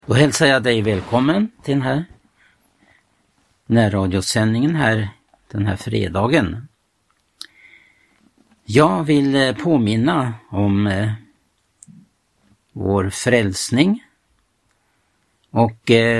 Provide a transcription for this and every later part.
Då hälsar jag dig välkommen till den här närradiosändningen här den här fredagen. Jag vill påminna om vår frälsning och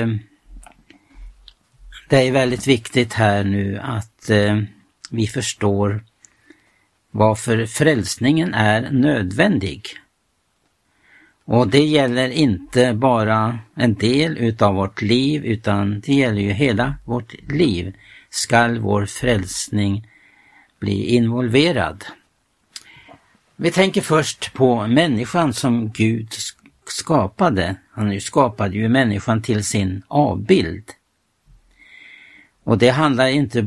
det är väldigt viktigt här nu att vi förstår varför frälsningen är nödvändig. Och det gäller inte bara en del utav vårt liv, utan det gäller ju hela vårt liv. Skall vår frälsning bli involverad? Vi tänker först på människan som Gud skapade. Han skapade ju människan till sin avbild. Och det handlar inte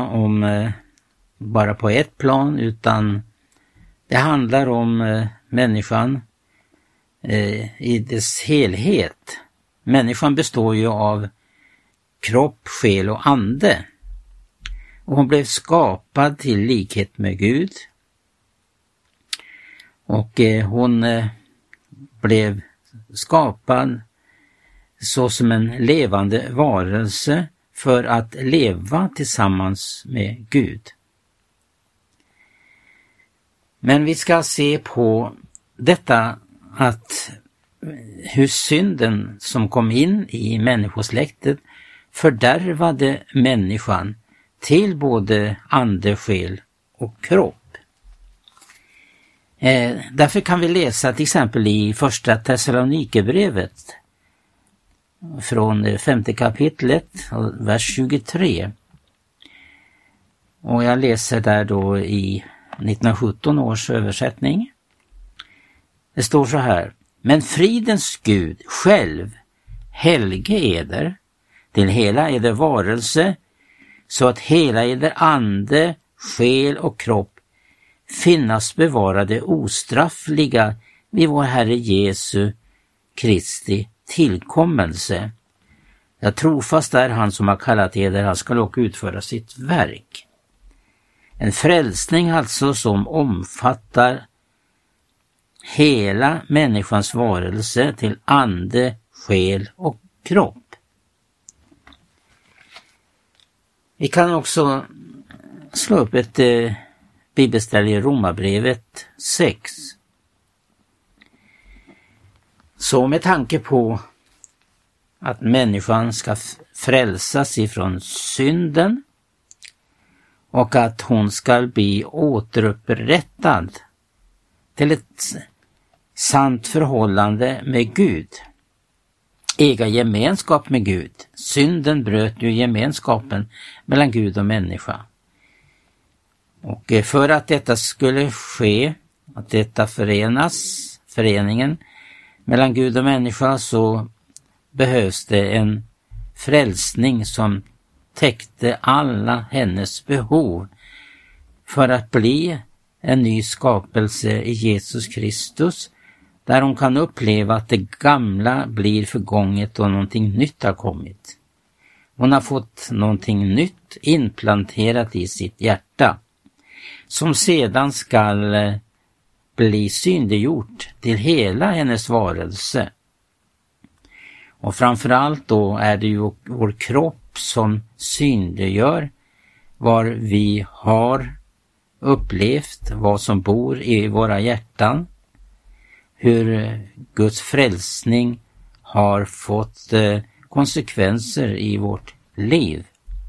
bara på ett plan, utan det handlar om människan i dess helhet. Människan består ju av kropp, själ och ande. Och hon blev skapad till likhet med Gud. Och hon blev skapad så som en levande varelse för att leva tillsammans med Gud. Men vi ska se på detta att hur synden som kom in i människosläktet fördärvade människan till både ande, själ och kropp. Därför kan vi läsa till exempel i första Thessalonikerbrevet från det 5:e kapitlet, vers 23. Och jag läser där då i 1917 års översättning. Det står så här: men fridens Gud själv helge eder till hela eder varelse, så att hela eder ande, själ och kropp finnas bevarade ostraffliga vid vår Herre Jesu Kristi tillkommelse. Jag tror fast är han som har kallat eder, han ska också utföra sitt verk. En frälsning alltså som omfattar hela människans varelse till ande, själ och kropp. Vi kan också slå upp ett bibelställe i Romarbrevet 6. Så med tanke på att människan ska frälsas ifrån synden och att hon ska bli återupprättad till ett sant förhållande med Gud. Äga gemenskap med Gud. Synden bröt ju gemenskapen mellan Gud och människa. Och för att detta skulle ske, att detta föreningen mellan Gud och människa, så behövs det en frälsning som täckte alla hennes behov för att bli en ny skapelse i Jesus Kristus, där hon kan uppleva att det gamla blir förgånget och någonting nytt har kommit. Hon har fått någonting nytt inplanterat i sitt hjärta, som sedan skall bli synliggjort till hela hennes varelse. Och framförallt då är det ju vår kropp som synliggör vad vi har upplevt, vad som bor i våra hjärtan, hur Guds frälsning har fått konsekvenser i vårt liv.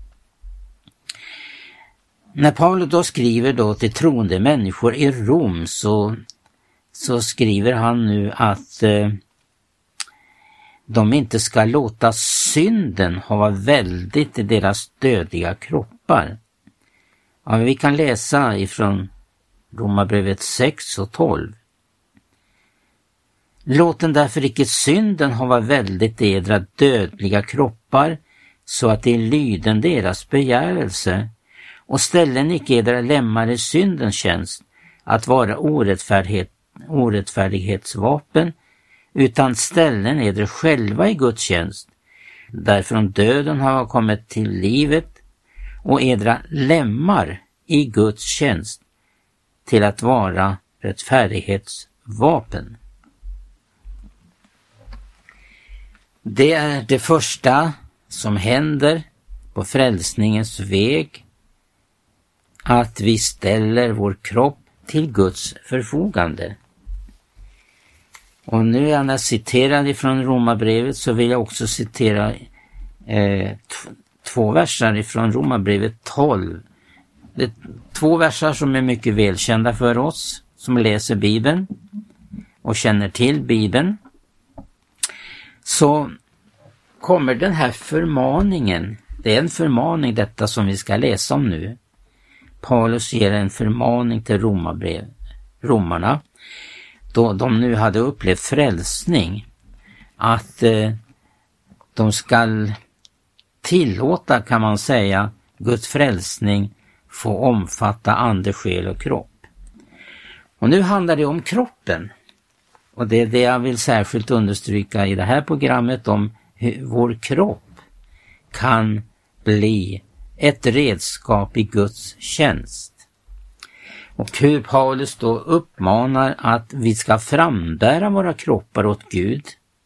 När Paulus då skriver då till troende människor i Rom, så skriver han nu att de inte ska låta synden ha väldigt i deras dödliga kroppar. Ja, vi kan läsa ifrån Romarbrevet 6 och 12. Låten därför icke synden hava väldigt edra dödliga kroppar, så att det lyden deras begärelse, och ställen icke edra lemmar i syndens tjänst, att vara orättfärdighetsvapen, utan ställen eder själva i Guds tjänst, därför om döden har kommit till livet, och edra lemmar i Guds tjänst till att vara rättfärdighetsvapen. Det är det första som händer på frälsningens väg, att vi ställer vår kropp till Guds förfogande. Och nu när jag citerar ifrån Romarbrevet så vill jag också citera 2 verser ifrån Romarbrevet 12. Det är 2 verser som är mycket välkända för oss som läser Bibeln och känner till Bibeln. Så kommer den här förmaningen, det är en förmaning detta som vi ska läsa om nu. Paulus ger en förmaning till romarna, då de nu hade upplevt frälsning, att de ska tillåta, kan man säga, Guds frälsning få omfatta ande, själ och kropp. Och nu handlar det om kroppen. Och det är det jag vill särskilt understryka i det här programmet, om hur vår kropp kan bli ett redskap i Guds tjänst. Och hur Paulus då uppmanar att vi ska frambära våra kroppar åt Gud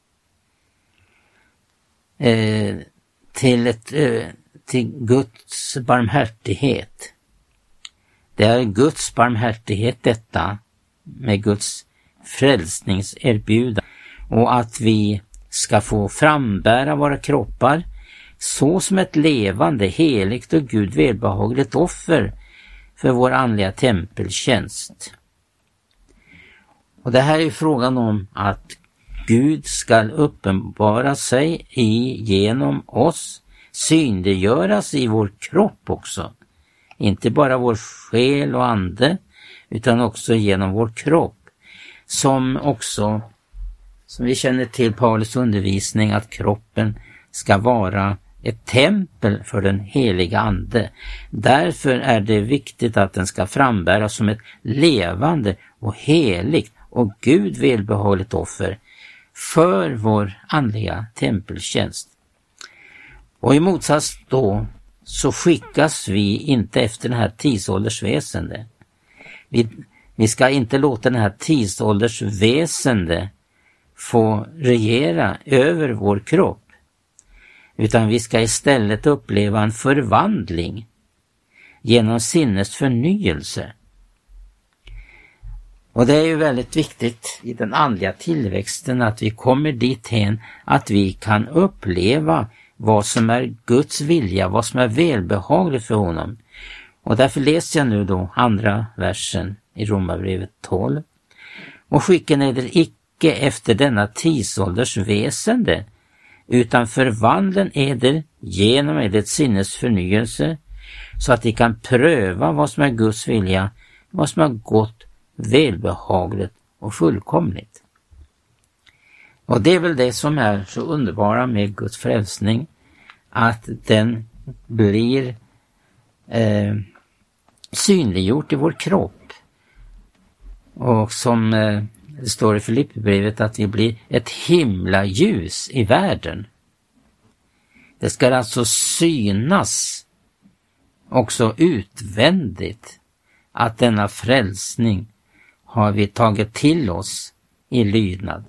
till Guds barmhärtighet. Det är Guds barmhärtighet detta med Guds frälsningserbjudande, och att vi ska få frambära våra kroppar så som ett levande, heligt och Gud välbehagligt offer för vår andliga tempeltjänst. Och det här är frågan om att Gud ska uppenbara sig genom oss, synliggöras i vår kropp också. Inte bara vår själ och ande, utan också genom vår kropp. Som vi känner till Paulus undervisning, att kroppen ska vara ett tempel för den heliga ande. Därför är det viktigt att den ska frambäras som ett levande och heligt och Gud välbehagligt offer för vår andliga tempeltjänst. Och i motsats då så skickas vi inte efter den här tidsålders väsende. Vi ska inte låta den här tidsålders väsende få regera över vår kropp, utan vi ska istället uppleva en förvandling genom sinnets förnyelse. Och det är ju väldigt viktigt i den andliga tillväxten att vi kommer dithän att vi kan uppleva vad som är Guds vilja, vad som är välbehagligt för honom. Och därför läser jag nu då andra versen i Romarbrevet 12. Och skicken är det icke efter denna tidsålders väsende, utan förvandlen eder genom edert sinnes förnyelse, så att de kan pröva vad som är Guds vilja, vad som är gott, välbehagligt och fullkomligt. Och det är väl det som är så underbara med Guds frälsning, att den blir synliggjort i vår kropp. Och som det står i Filipperbrevet, att vi blir ett himlaljus i världen. Det ska alltså synas också utvändigt att denna frälsning har vi tagit till oss i lydnad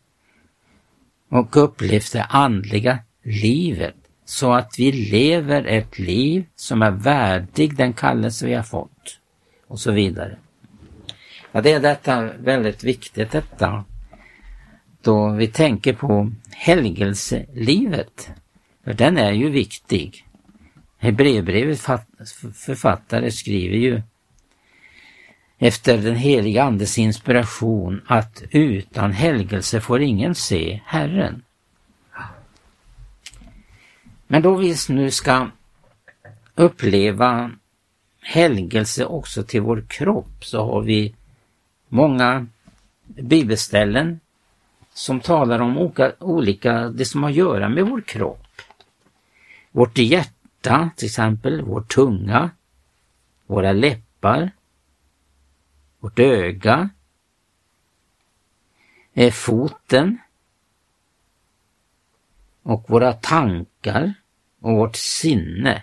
och upplevt det andliga livet, så att vi lever ett liv som är värdig den kallelse vi har fått och så vidare. Ja, det är detta väldigt viktigt, detta då vi tänker på helgelselivet, för den är ju viktig. Hebreerbrevets författare skriver ju efter den heliga andes inspiration att utan helgelse får ingen se Herren. Men då vi nu ska uppleva helgelse också till vår kropp, så har vi många bibelställen som talar om olika det som har att göra med vår kropp. Vårt hjärta till exempel, vår tunga, våra läppar, vårt öga, foten och våra tankar och vårt sinne.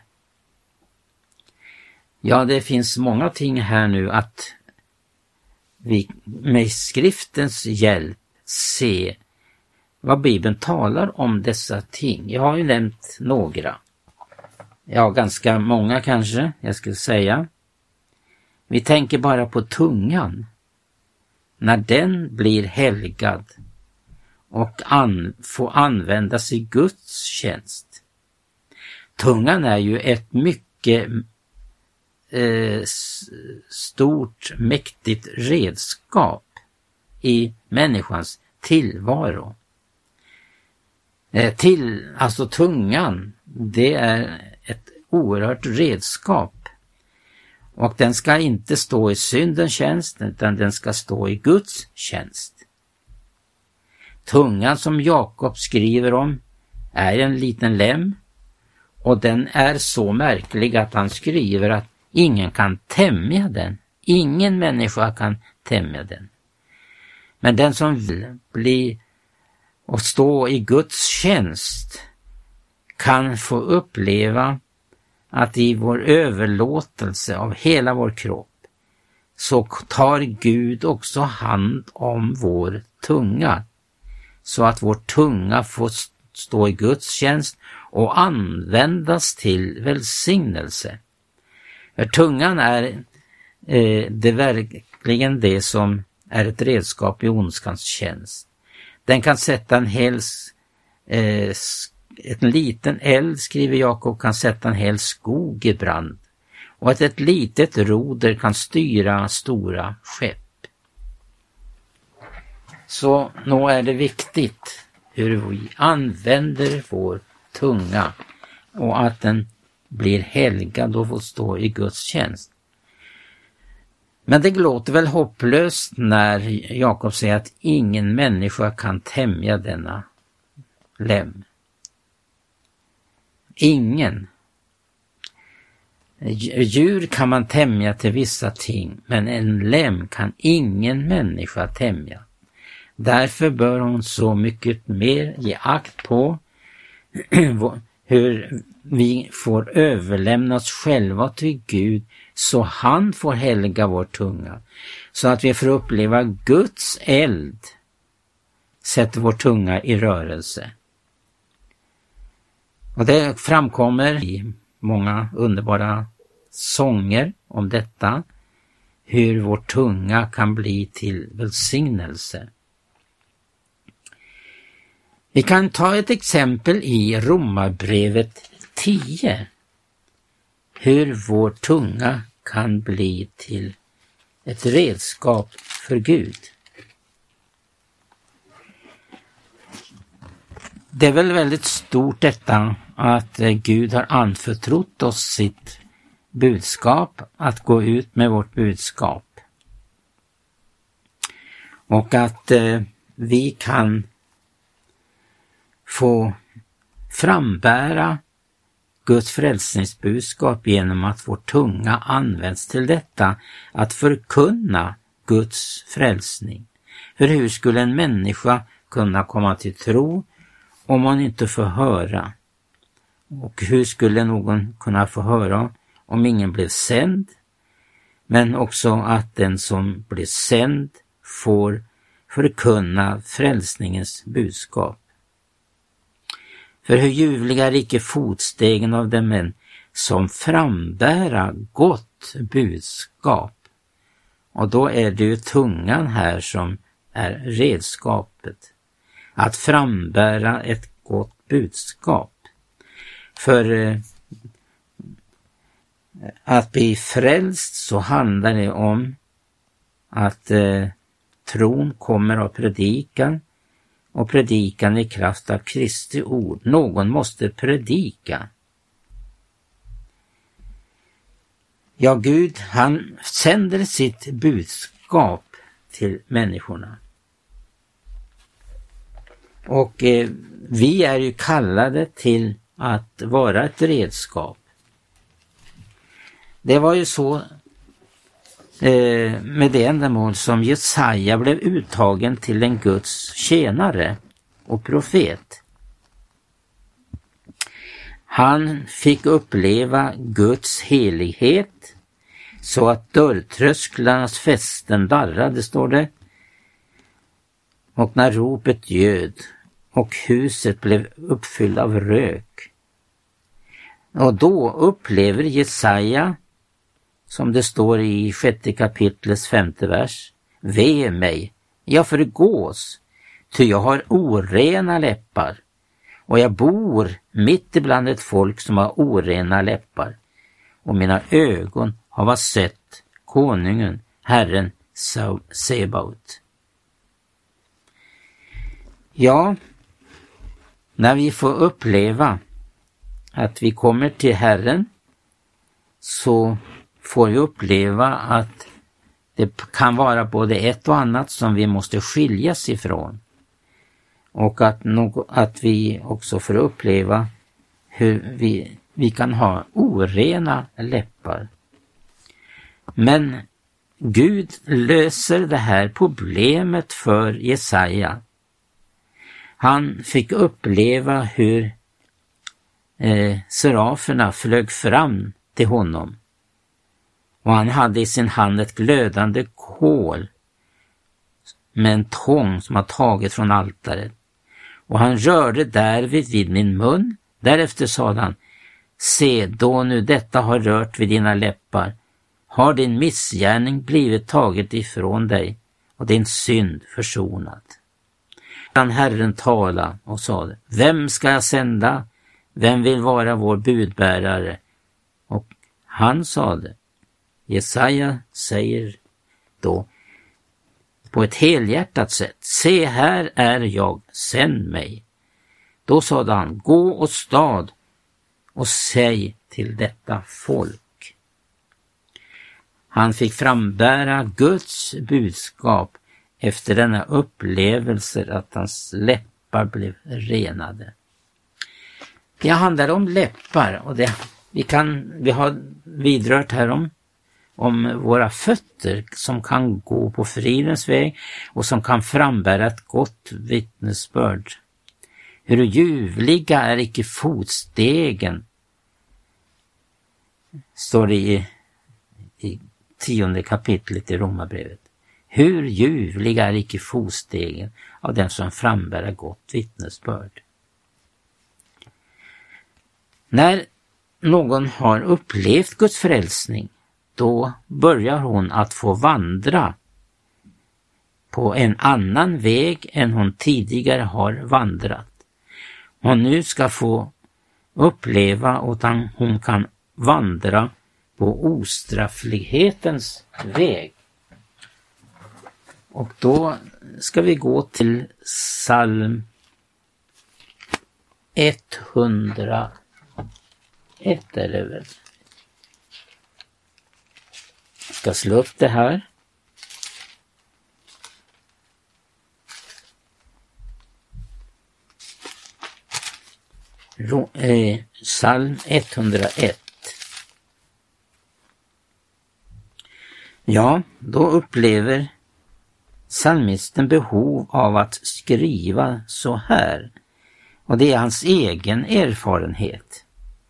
Ja, det finns många ting här nu att vi med skriftens hjälp se vad Bibeln talar om dessa ting. Jag har ju nämnt några. Ja, ganska många kanske, jag skulle säga. Vi tänker bara på tungan. När den blir helgad och får användas i Guds tjänst. Tungan är ju ett mycket stort, mäktigt redskap i människans tillvaro. Alltså tungan, det är ett oerhört redskap. Och den ska inte stå i syndens tjänst, utan den ska stå i Guds tjänst. Tungan som Jakob skriver om är en liten lem, och den är så märklig att han skriver att ingen kan tämja den. Ingen människa kan tämja den. Men den som vill bli och stå i Guds tjänst kan få uppleva att i vår överlåtelse av hela vår kropp så tar Gud också hand om vår tunga, så att vår tunga får stå i Guds tjänst och användas till välsignelse. För tungan är det verkligen det som är ett redskap i ondskans tjänst. Den kan sätta en liten eld, skriver Jakob, kan sätta en hel skog i brand. Och att ett litet roder kan styra stora skepp. Så nog är det viktigt hur vi använder vår tunga och att den blir helgad och får stå i Guds tjänst. Men det låter väl hopplöst när Jakob säger att ingen människa kan tämja denna lem. Ingen. Djur kan man tämja till vissa ting, men en lem kan ingen människa tämja. Därför bör hon så mycket mer ge akt på hur vi får överlämna oss själva till Gud, så han får helga vår tunga, så att vi får uppleva Guds eld sätter vår tunga i rörelse. Och det framkommer i många underbara sånger om detta, hur vår tunga kan bli till välsignelse. Vi kan ta ett exempel i Romarbrevet 10. Hur vår tunga kan bli till ett redskap för Gud. Det är väl väldigt stort detta att Gud har anförtrott oss sitt budskap, att gå ut med vårt budskap. Och att vi kan få frambära Guds frälsningsbudskap genom att vår tunga används till detta, att förkunna Guds frälsning. För hur skulle en människa kunna komma till tro om man inte får höra? Och hur skulle någon kunna få höra om ingen blev sänd? Men också att den som blir sänd får förkunna frälsningens budskap. För hur ljuvliga är icke fotstegen av dem män som frambära gott budskap. Och då är det ju tungan här som är redskapet. Att frambära ett gott budskap. För att bli frälst så handlar det om att tron kommer av predikan. Och predikan i kraft av Kristi ord. Någon måste predika. Ja, Gud, han sänder sitt budskap till människorna. Och vi är ju kallade till att vara ett redskap. Det var ju så med det ändamål som Jesaja blev uttagen till en Guds tjänare och profet. Han fick uppleva Guds helighet så att dörrtrösklarnas fästen darrade, står det. Och när ropet ljöd och huset blev uppfyllt av rök. Och då upplever Jesaja, som det står i 6 kapitlets 5:e vers, ve mig, jag förgås, ty jag har orena läppar, och jag bor mitt ibland ett folk som har orena läppar, och mina ögon har sett konungen, Herren Sebaot. Ja, när vi får uppleva att vi kommer till Herren, så får vi uppleva att det kan vara både ett och annat som vi måste skiljas ifrån. Och att vi också får uppleva hur vi kan ha orena läppar. Men Gud löser det här problemet för Jesaja. Han fick uppleva hur seraferna flög fram till honom. Och han hade i sin hand ett glödande kol med en tång som har tagit från altaret. Och han rörde därvid vid min mun. Därefter sade han, se då nu detta har rört vid dina läppar. Har din missgärning blivit taget ifrån dig och din synd försonad. Herren tala och sade, vem ska jag sända? Vem vill vara vår budbärare? Och han sade, Jesaja säger då på ett helhjärtat sätt, se här är jag, sänd mig. Då sade han, gå åstad och säg till detta folk. Han fick frambära Guds budskap efter denna upplevelse att hans läppar blev renade. Det handlar om läppar, och vi har vidrört här om våra fötter som kan gå på fridens väg och som kan frambära ett gott vittnesbörd. Hur ljuvliga är icke fotstegen, står det i 10:e kapitlet i Romarbrevet. Hur ljuvliga är icke fotstegen av den som frambär gott vittnesbörd. När någon har upplevt Guds frälsning, då börjar hon att få vandra på en annan väg än hon tidigare har vandrat. Hon nu ska få uppleva att hon kan vandra på ostrafflighetens väg. Och då ska vi gå till psalm 101 eller väl. Jag ska slå upp det här. Psalm 101. Ja, då upplever psalmisten behov av att skriva så här. Och det är hans egen erfarenhet.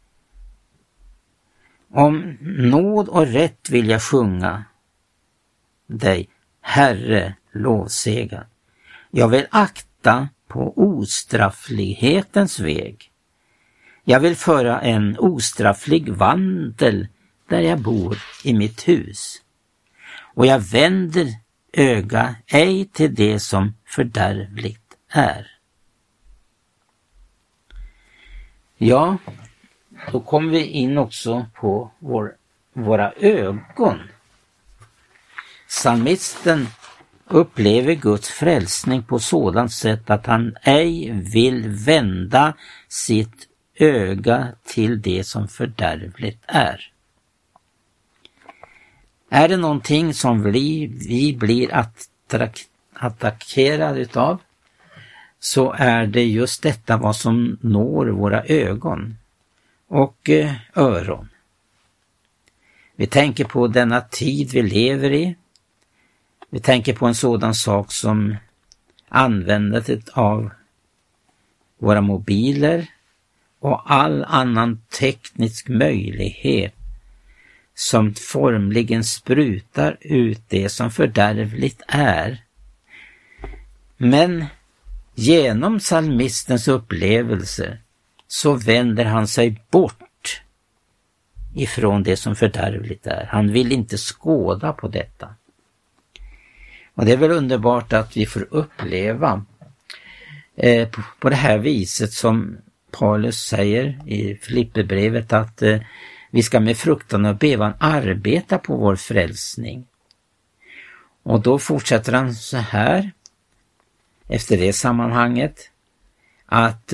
Om nåd och rätt vill jag sjunga dig, Herre, lovsäga. Jag vill akta på ostrafflighetens väg. Jag vill föra en ostrafflig vandel där jag bor i mitt hus. Och jag vänder öga ej till det som fördärvligt är. Ja, då kommer vi in också på våra ögon. Psalmisten upplever Guds frälsning på sådant sätt att han ej vill vända sitt öga till det som fördärvligt är. Är det någonting som vi blir attackerade utav, så är det just detta vad som når våra ögon och öron. Vi tänker på denna tid vi lever i. Vi tänker på en sådan sak som användandet av våra mobiler och all annan teknisk möjlighet som formligen sprutar ut det som fördärvligt är. Men Genom psalmistens upplevelse så vänder han sig bort ifrån det som fördärvligt är. Han vill inte skåda på detta. Och det är väl underbart att vi får uppleva på det här viset som Paulus säger i Filipperbrevet att vi ska med fruktan och bevan arbeta på vår frälsning. Och då fortsätter han så här efter det sammanhanget att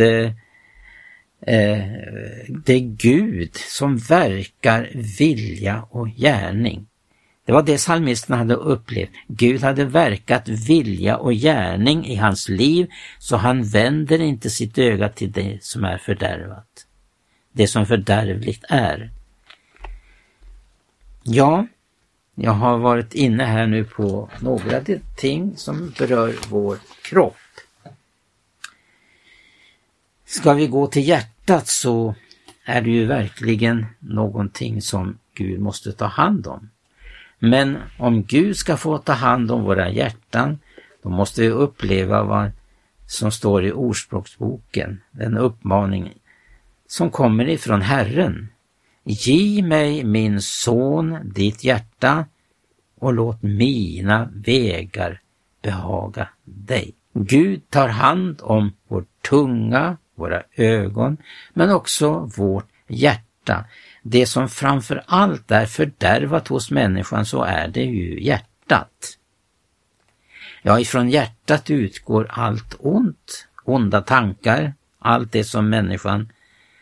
det är Gud som verkar vilja och gärning. Det var det psalmisten hade upplevt. Gud hade verkat vilja och gärning i hans liv, så han vänder inte sitt öga till det som är fördärvat. Det som fördärvligt är. Ja, jag har varit inne här nu på några ting som berör vår kropp. Ska vi gå till hjärtat så är det ju verkligen någonting som Gud måste ta hand om. Men om Gud ska få ta hand om våra hjärtan, då måste vi uppleva vad som står i Ordspråksboken, den uppmaning som kommer ifrån Herren. Ge mig, min son, ditt hjärta och låt mina vägar behaga dig. Gud tar hand om vår tunga, våra ögon, men också vårt hjärta. Det som framför allt är fördärvat hos människan, så är det ju hjärtat. Ja, ifrån hjärtat utgår allt ont, onda tankar, allt det som människan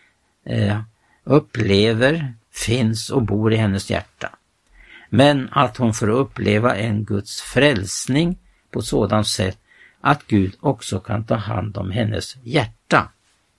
upplever finns och bor i hennes hjärta. Men att hon får uppleva en Guds frälsning på sådant sätt att Gud också kan ta hand om hennes hjärta.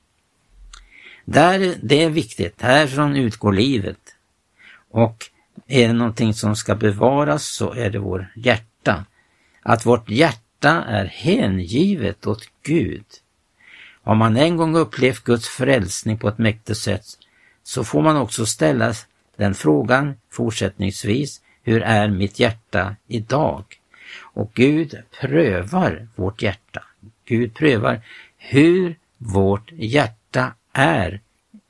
Det är viktigt, härifrån utgår livet. Och är det någonting som ska bevaras så är det vår hjärta. Att vårt hjärta är hängivet åt Gud. Om man en gång upplevt Guds frälsning på ett mäktigt sätt, så får man också ställa den frågan fortsättningsvis: hur är mitt hjärta idag? Och Gud prövar vårt hjärta. Gud prövar hur vårt hjärta är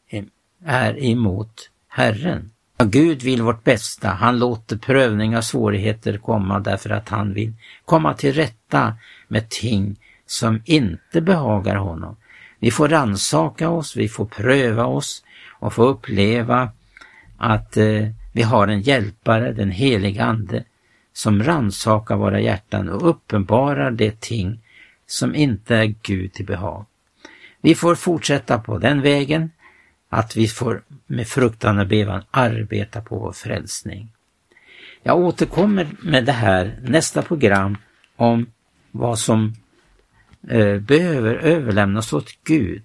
emot Herren. Gud vill vårt bästa. Han låter prövningar och svårigheter komma därför att han vill komma till rätta med ting som inte behagar honom. Vi får rannsaka oss, vi får pröva oss och få uppleva att vi har en hjälpare, den heliga Ande, som rannsakar våra hjärtan och uppenbarar det ting som inte är Gud till behag. Vi får fortsätta på den vägen, att vi får med fruktan och bevan arbeta på vår frälsning. Jag återkommer med det här nästa program om vad som behöver överlämnas åt Gud.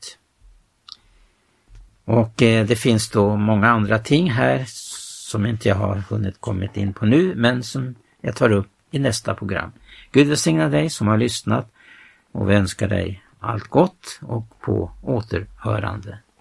Och det finns då många andra ting här som inte jag har hunnit kommit in på nu, men som jag tar upp i nästa program. Gud välsigna dig som har lyssnat, och vi önskar dig allt gott och på återhörande.